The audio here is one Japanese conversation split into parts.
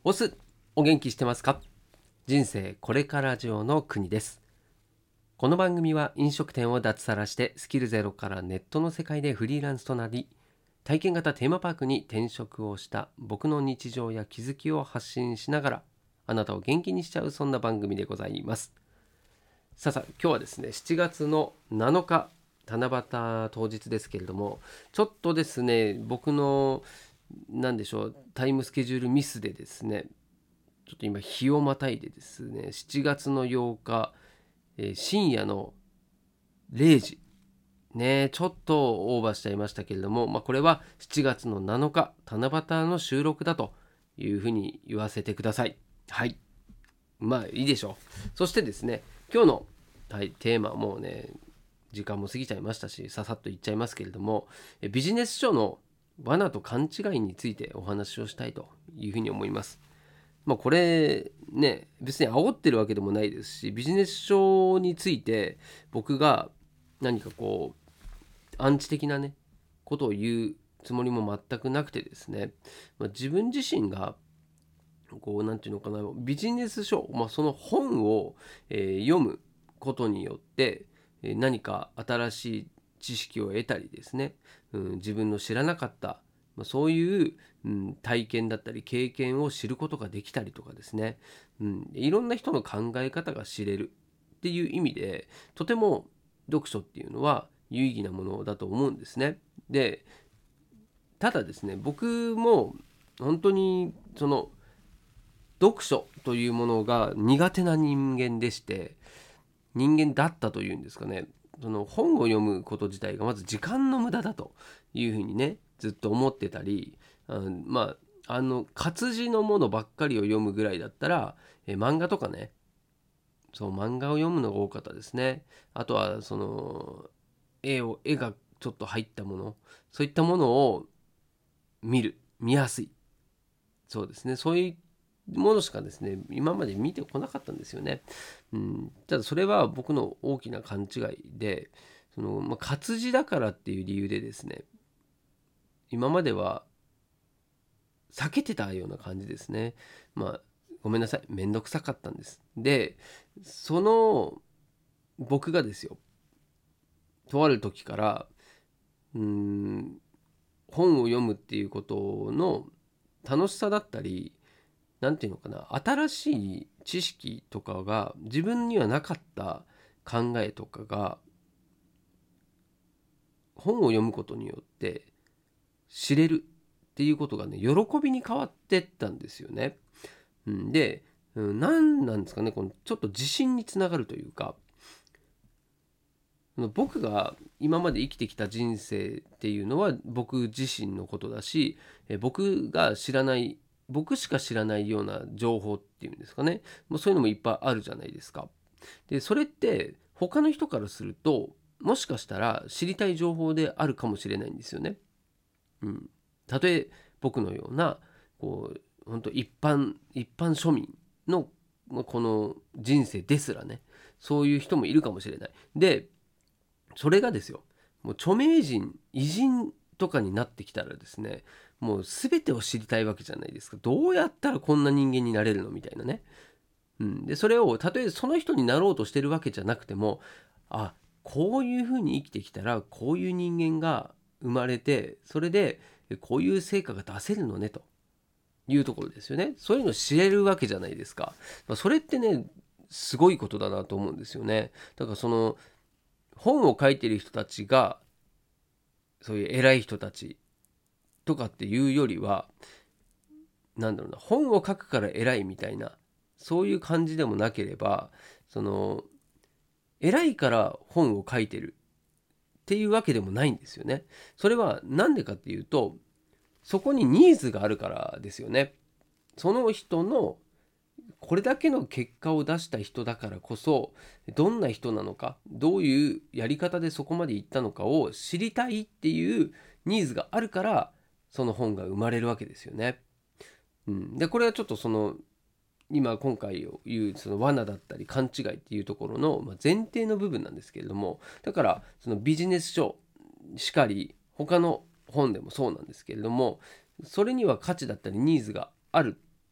オス、お元気してますか？人生これから上の国です。この番組は飲食店を脱サラしてスキルゼロからネットの世界でフリーランスとなり、体験型テーマパークに転職をした僕の日常や気づきを発信しながら、あなたを元気にしちゃう、そんな番組でございます。さあ、今日はですね、7月の7日、七夕当日ですけれども、ちょっとですね、僕の何でしょう、タイムスケジュールミスでですね、ちょっと今日をまたいでですね、7月の8日、深夜の0時ね、ちょっとオーバーしちゃいましたけれども、これは7月の7日七夕の収録だというふうに言わせてください。はい、いいでしょう。そしてですね、今日の、テーマもうね、時間も過ぎちゃいましたし、ささっと言っちゃいますけれども、ビジネス書の罠と勘違いについてお話をしたいというふうに思います。これね、別に煽ってるわけでもないですし、ビジネス書について僕が何かアンチ的なねことを言うつもりも全くなくてですね、自分自身がなんていうのかな、ビジネス書、その本を、読むことによって、何か新しい知識を得たりですね、自分の知らなかった、そういう、体験だったり経験を知ることができたりとかですね、いろんな人の考え方が知れるっていう意味で、とても読書っていうのは有意義なものだと思うんですね。で、ただですね、僕も本当に読書というものが苦手な人間でして、人間だったというんですかね、その本を読むこと自体がまず時間の無駄だというふうにね、ずっと思ってたり、活字のものばっかりを読むぐらいだったら、漫画とかね、そう漫画を読むのが多かったですね。あとは絵がちょっと入ったもの、そういったものを見やすい、そうですね、そういうものしかですね今まで見てこなかったんですよね。ただそれは僕の大きな勘違いで、活字だからっていう理由でですね、今までは避けてたような感じですね。ごめんなさい、めんどくさかったんです。で、その僕がですよ、とある時からうーん本を読むっていうことの楽しさだったり、なんていうのかな、新しい知識とかが自分にはなかった考えとかが本を読むことによって知れるっていうことがね、喜びに変わってったんですよね。で、何なんですかね、ちょっと自信につながるというか、僕が今まで生きてきた人生っていうのは僕自身のことだし、僕しか知らないような情報っていうんですかね、もうそういうのもいっぱいあるじゃないですか。でそれって他の人からするともしかしたら知りたい情報であるかもしれないんですよね。たとえ僕のような本当一般庶民のこの人生ですらね、そういう人もいるかもしれない。でそれがですよ、もう著名人偉人とかになってきたらですね、もう全てを知りたいわけじゃないですか。どうやったらこんな人間になれるのみたいなね。でそれをたとえその人になろうとしてるわけじゃなくても、あ、こういうふうに生きてきたらこういう人間が生まれて、それでこういう成果が出せるのねというところですよね。そういうのを知れるわけじゃないですか。それってね、すごいことだなと思うんですよね。だから本を書いてる人たちがそういう偉い人たちとかっていうよりは、なんだろうな、本を書くから偉いみたいな、そういう感じでもなければ、その偉いから本を書いてるっていうわけでもないんですよね。それは何でかっていうと、そこにニーズがあるからですよね。その人のこれだけの結果を出した人だからこそ、どんな人なのか、どういうやり方でそこまで行ったのかを知りたいっていうニーズがあるから、その本が生まれるわけですよね。でこれはちょっと今回を言うその罠だったり勘違いっていうところの前提の部分なんですけれども、だからそのビジネス書しかり他の本でもそうなんですけれども、それには価値だったりニーズがある。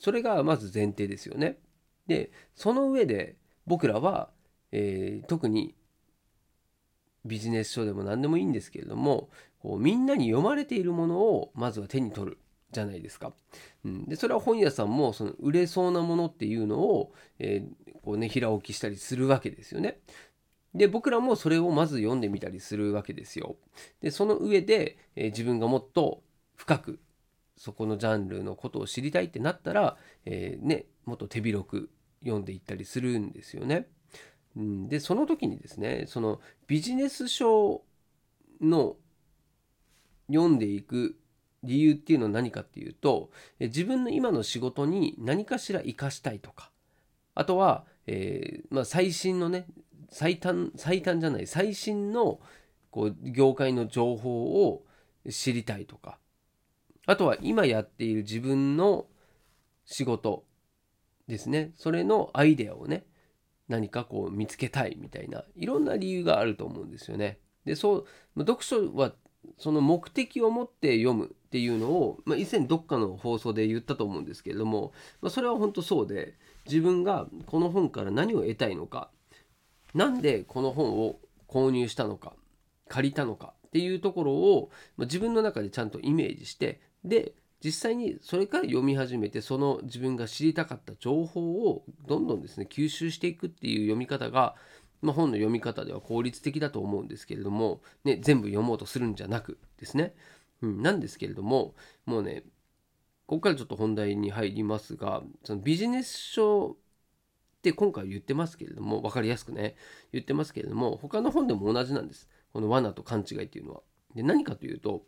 それがまず前提ですよね。で、その上で僕らは、特にビジネス書でも何でもいいんですけれども、こうみんなに読まれているものをまずは手に取るじゃないですか。でそれは本屋さんもその売れそうなものっていうのを、こうね平置きしたりするわけですよね。で僕らもそれをまず読んでみたりするわけですよ。でその上で、自分がもっと深くそこのジャンルのことを知りたいってなったら、もっと手広く読んでいったりするんですよね。でその時にですね、そのビジネス書の読んでいく理由っていうのは何かっていうと、自分の今の仕事に何かしら活かしたいとか、あとは、最新のね、最短じゃない最新のこう業界の情報を知りたいとか、あとは今やっている自分の仕事ですね、それのアイデアをね、何かこう見つけたいみたいな、いろんな理由があると思うんですよね。で読書はその目的を持って読むっていうのを、以前どっかの放送で言ったと思うんですけれども、それは本当そうで、自分がこの本から何を得たいのか、なんでこの本を購入したのか、借りたのかっていうところを、自分の中でちゃんとイメージして、で実際にそれから読み始めて、その自分が知りたかった情報をどんどんですね吸収していくっていう読み方が、本の読み方では効率的だと思うんですけれども、全部読もうとするんじゃなくですね、なんですけれども、もうね、ここからちょっと本題に入りますが、そのビジネス書って今回言ってますけれども、分かりやすくね言ってますけれども、他の本でも同じなんです、この罠と勘違いっていうのは。で何かというと、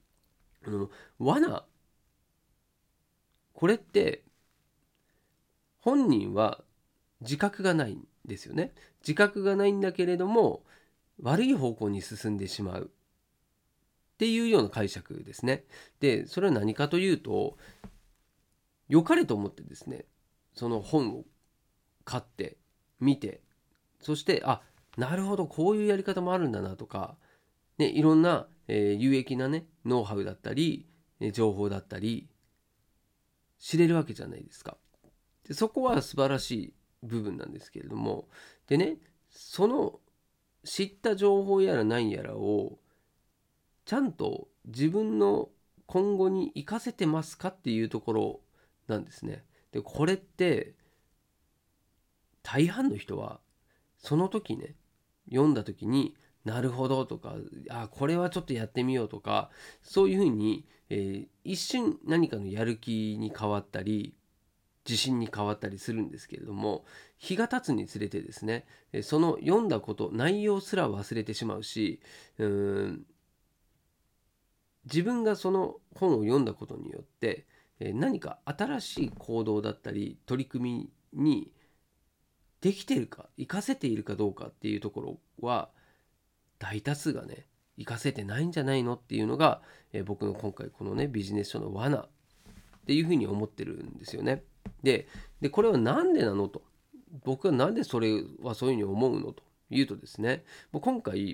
罠、これって本人は自覚がないんですよね。自覚がないんだけれども、悪い方向に進んでしまうっていうような解釈ですね。でそれは何かというと、良かれと思ってですね、その本を買って見て、そしてなるほど、こういうやり方もあるんだなとか、いろんな、有益なねノウハウだったり、情報だったり知れるわけじゃないですか。でそこは素晴らしい部分なんですけれども、でね、その知った情報やら何やらをちゃんと自分の今後に活かせてますかっていうところなんですね。でこれって大半の人はその時ね、読んだ時になるほどとか、これはちょっとやってみようとか、そういうふうに、一瞬何かのやる気に変わったり自信に変わったりするんですけれども、日が経つにつれてですね、その読んだこと内容すら忘れてしまうし、うーん自分がその本を読んだことによって、何か新しい行動だったり取り組みにできているか活かせているかどうかっていうところは、大多数がね活かせてないんじゃないのっていうのが、僕の今回このねビジネス書の罠っていうふうに思ってるんですよね。でこれは何でなのと、僕はなんでそれはそういうふうに思うのというとですね、もう今回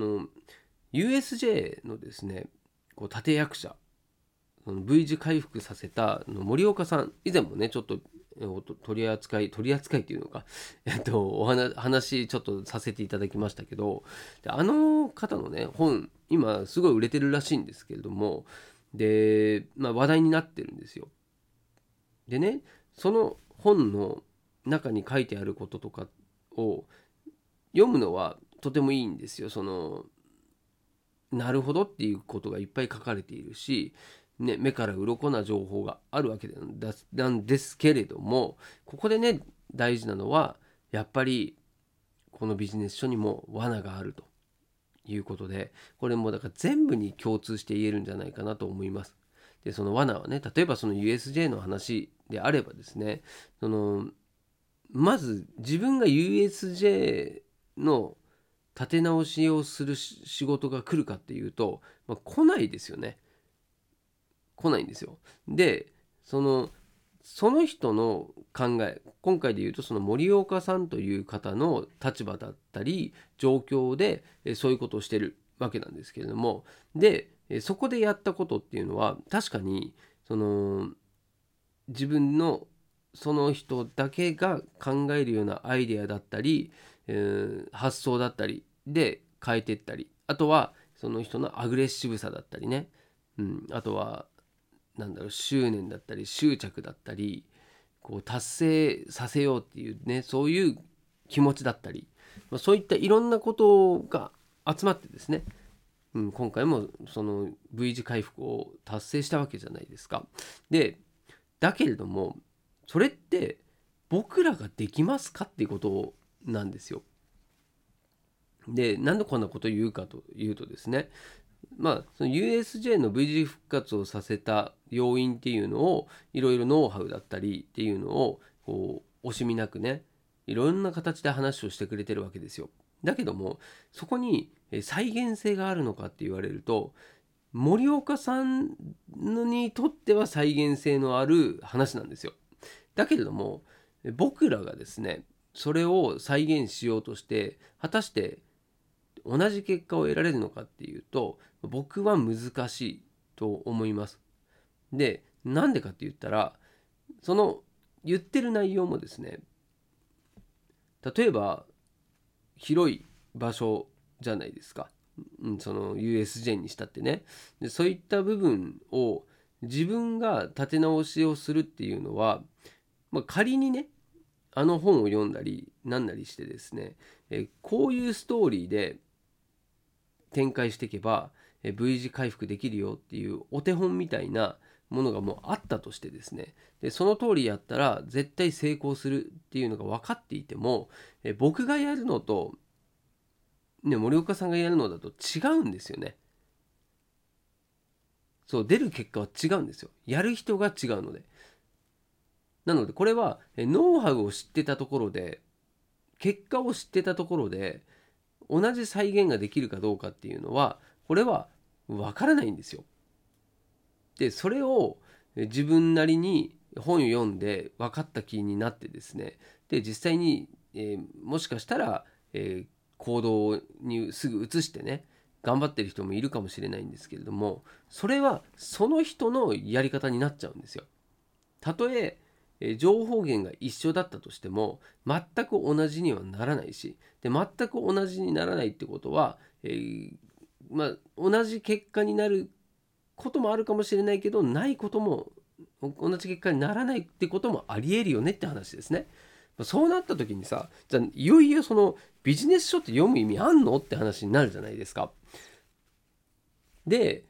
USJ のですねこう立役者、V 字回復させた森岡さん、以前もねちょっと取り扱いっていうのか、話ちょっとさせていただきましたけど、であの方のね本今すごい売れてるらしいんですけれども、で、話題になってるんですよ。でね、その本の中に書いてあることとかを読むのはとてもいいんですよ。なるほどっていうことがいっぱい書かれているし、目から鱗な情報があるわけなんですけれども、ここでね大事なのはやっぱりこのビジネス書にも罠があるということで、これもだから全部に共通して言えるんじゃないかなと思います。でその罠はね、例えばその USJ の話であればですね、まず自分が USJ の立て直しをする仕事が来るかっていうと、来ないですよね。来ないんですよ。でその人の考え、今回で言うとその森岡さんという方の立場だったり状況でそういうことをしてるわけなんですけれども、でそこでやったことっていうのは確かに自分のその人だけが考えるようなアイデアだったり、発想だったりで変えていったり、あとはその人のアグレッシブさだったりね、あとは執念だったり執着だったり、こう達成させようっていうね、そういう気持ちだったり、そういったいろんなことが集まってですね、今回もその V 字回復を達成したわけじゃないですか。で、だけれども、それって僕らができますかっていうことなんですよ。で、なんでこんなことを言うかというとですね、その USJ の V 字復活をさせた要因っていうのを、いろいろノウハウだったりっていうのをこう惜しみなくね、いろんな形で話をしてくれてるわけですよ。だけども、そこに再現性があるのかって言われると、森岡さんにとっては再現性のある話なんですよ。だけれども、僕らがですね、それを再現しようとして果たして同じ結果を得られるのかっていうと、僕は難しいと思います。で、なんでかって言ったら、その言ってる内容もですね、例えば広い場所じゃないですか。その USJ にしたってね。で、そういった部分を自分が立て直しをするっていうのは、仮にね、あの本を読んだりなんなりしてですね、こういうストーリーで展開していけば V 字回復できるよっていうお手本みたいなものがもうあったとしてですね、でその通りやったら絶対成功するっていうのが分かっていても、僕がやるのと、森岡さんがやるのだと違うんですよね。そう、出る結果は違うんですよ。やる人が違うので。なのでこれはノウハウを知ってたところで、結果を知ってたところで同じ再現ができるかどうかっていうのは、これは分からないんですよ。で、それを自分なりに本を読んで分かった気になってですね、で、実際に、もしかしたら、行動にすぐ移してね、頑張ってる人もいるかもしれないんですけれども、それはその人のやり方になっちゃうんですよ。たとえ情報源が一緒だったとしても全く同じにはならないし、で全く同じにならないってことは、同じ結果になることもあるかもしれないけど、ないことも、同じ結果にならないってこともありえるよねって話ですね。そうなった時にさ、じゃあいよいよそのビジネス書って読む意味あんのって話になるじゃないですか。で、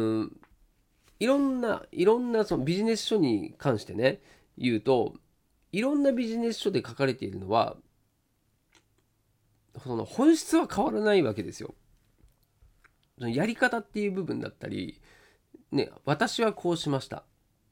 いろんなそのビジネス書に関してね、言うと、いろんなビジネス書で書かれているのは、その本質は変わらないわけですよ。そのやり方っていう部分だったり、ね、私はこうしました。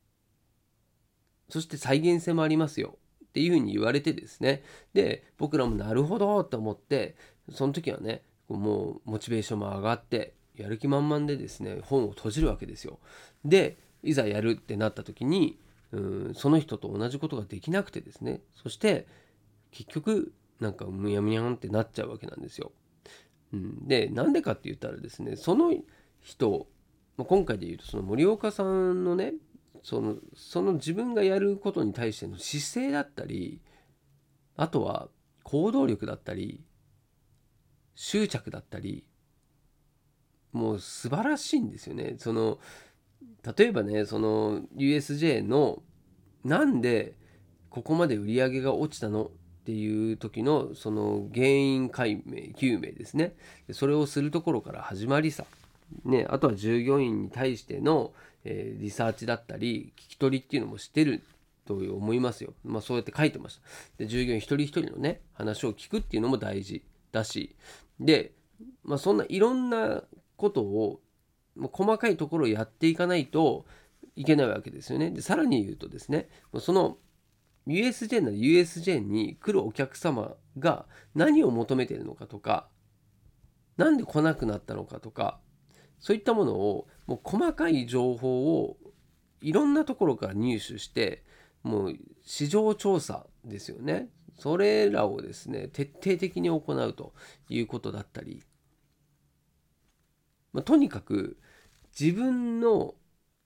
そして再現性もありますよ。っていうふうに言われてですね。で、僕らもなるほどと思って、その時はね、もうモチベーションも上がって、やる気満々でですね、本を閉じるわけですよ。で、いざやるってなった時に、その人と同じことができなくてですね、そして結局、なんかむやむやんってなっちゃうわけなんですよ。で、なんでかって言ったらですね、その人、今回で言うとその森岡さんのね、その自分がやることに対しての姿勢だったり、あとは行動力だったり、執着だったり、もう素晴らしいんですよね。例えばね、その USJ のなんでここまで売り上げが落ちたのっていう時のその原因解明、究明ですね。それをするところから始まりさ。ね、あとは従業員に対しての、リサーチだったり聞き取りっていうのもしてると思いますよ。そうやって書いてました。で、従業員一人一人のね話を聞くっていうのも大事だし、で、そんないろんなことを細かいところをやっていかないといけないわけですよね。で、さらに言うとですね、その USJ なら USJ に来るお客様が何を求めているのかとか、なんで来なくなったのかとか、そういったものをもう細かい情報をいろんなところから入手して、もう市場調査ですよね。それらをですね、徹底的に行うということだったり、とにかく自分の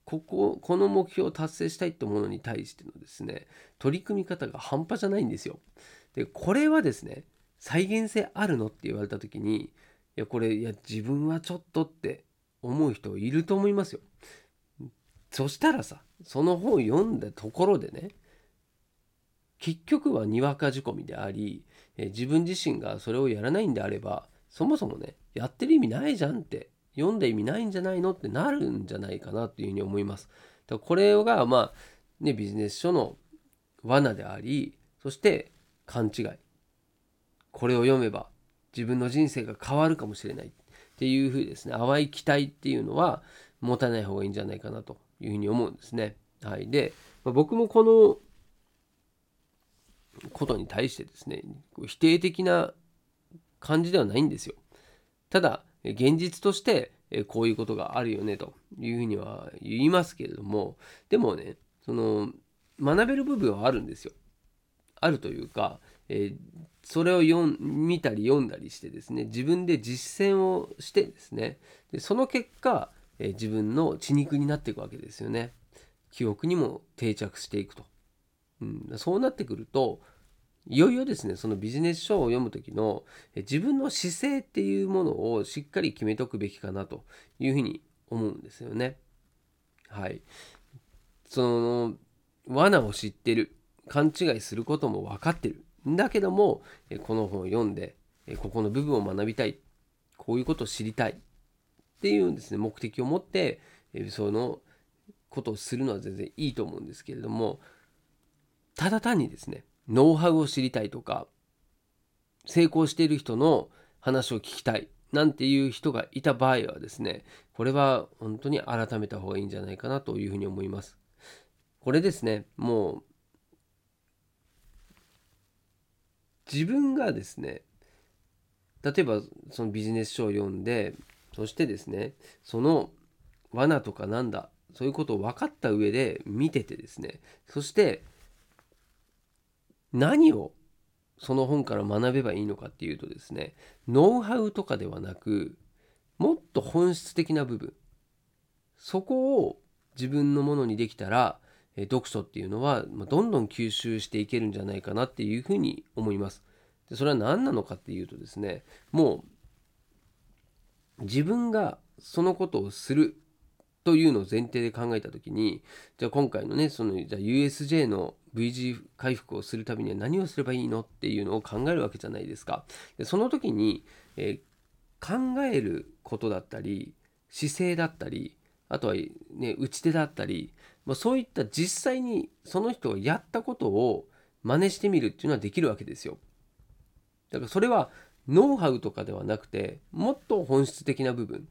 この目標を達成したいってものに対してのですね、取り組み方が半端じゃないんですよ。で、これはですね、再現性あるのって言われた時に、いや自分はちょっとって思う人いると思いますよ。そしたらさ、その本を読んだところでね、結局はにわか仕込みであり、自分自身がそれをやらないんであれば、そもそもね、やってる意味ないじゃんって、読んだ意味ないんじゃないのってなるんじゃないかなというふうに思います。だからこれがビジネス書の罠であり、そして勘違い。これを読めば自分の人生が変わるかもしれないっていうふうですね、淡い期待っていうのは持たない方がいいんじゃないかなというふうに思うんですね。はい。で、僕もこのことに対してですね、否定的な感じではないんですよ。ただ、現実としてこういうことがあるよねというふうには言いますけれども、でもね、学べる部分はあるんですよ。あるというか、それを見たり読んだりしてですね、自分で実践をしてですね、でその結果、自分の血肉になっていくわけですよね。記憶にも定着していくと。そうなってくると、いよいよですね、そのビジネス書を読む時の自分の姿勢っていうものをしっかり決めとくべきかなというふうに思うんですよね。はい。その罠を知ってる、勘違いすることも分かってる。だけども、この本を読んで、ここの部分を学びたい。こういうことを知りたいっていうですね、目的を持って、そのことをするのは全然いいと思うんですけれども、ただ単にですね、ノウハウを知りたいとか、成功している人の話を聞きたいなんていう人がいた場合はですね、これは本当に改めた方がいいんじゃないかなというふうに思います。これですね、もう自分がですね、例えばそのビジネス書を読んで、そしてですね、その罠とかなんだ、そういうことを分かった上で見ててですね、そして何をその本から学べばいいのかっていうとですね、ノウハウとかではなく、もっと本質的な部分、そこを自分のものにできたら、読書っていうのはどんどん吸収していけるんじゃないかなっていうふうに思います。でそれは何なのかっていうとですね、もう自分がそのことをするというのを前提で考えたときに、じゃあ今回のね、じゃあ USJ の V 字回復をするためには何をすればいいのっていうのを考えるわけじゃないですか。でその時に、考えることだったり、姿勢だったり、あとはね、打ち手だったり、そういった実際にその人がやったことを真似してみるっていうのはできるわけですよ。だからそれはノウハウとかではなくて、もっと本質的な部分。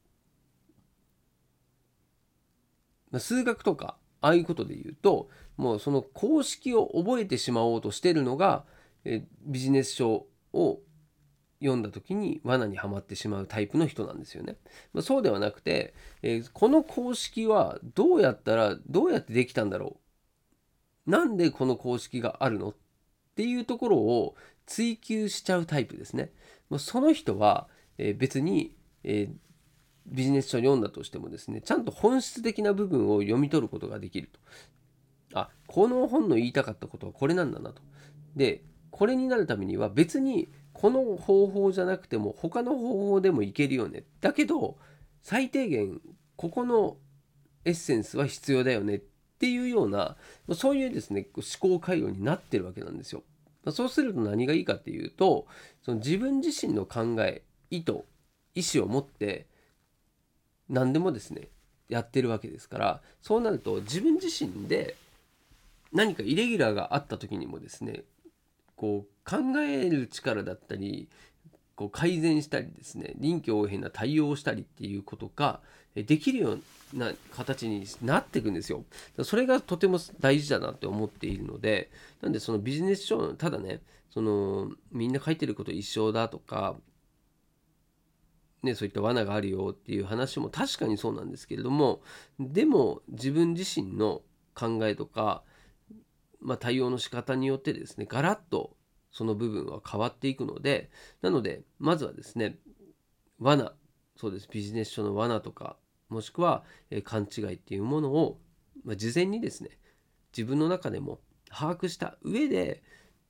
数学とかああいうことで言うと、もうその公式を覚えてしまおうとしてるのが、ビジネス書を読んだ時に罠にはまってしまうタイプの人なんですよね。そうではなくて、この公式はどうやってできたんだろう、なんでこの公式があるのっていうところを追求しちゃうタイプですね。その人は、別に、ビジネス書を読んだとしてもですね、ちゃんと本質的な部分を読み取ることができると。この本の言いたかったことはこれなんだなと。で、これになるためには別にこの方法じゃなくても他の方法でもいけるよね。だけど、最低限ここのエッセンスは必要だよねっていうような、そういうですね、思考回路になってるわけなんですよ。そうすると何がいいかっていうと、その自分自身の考え、意図、意思を持って何でもですねやってるわけですから、そうなると自分自身で何かイレギュラーがあった時にもですね、こう考える力だったり、こう改善したりですね、臨機応変な対応をしたりっていうことができるような形になっていくんですよ。それがとても大事だなって思っているので、なんでそのビジネス書、ただね、みんな書いてること一緒だとか、ね、そういった罠があるよっていう話も確かにそうなんですけれども、でも自分自身の考えとか、対応の仕方によってですね、ガラッとその部分は変わっていくので、なのでまずはですね、罠、そうです、ビジネス書の罠とかもしくは勘違いっていうものを、事前にですね、自分の中でも把握した上で、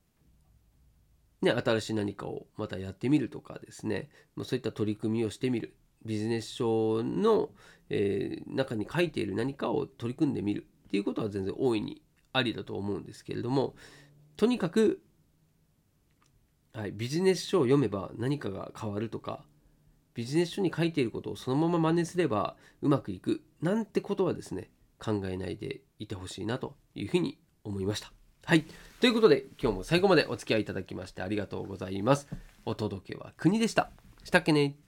新しい何かをまたやってみるとかですね、そういった取り組みをしてみる。ビジネス書の、中に書いている何かを取り組んでみるっていうことは全然大いにありだと思うんですけれども、とにかく、ビジネス書を読めば何かが変わるとか、ビジネス書に書いていることをそのまま真似すればうまくいくなんてことはですね、考えないでいてほしいなというふうに思いました。はい。ということで、今日も最後までお付き合いいただきましてありがとうございます。お届けは国でした。したっけね。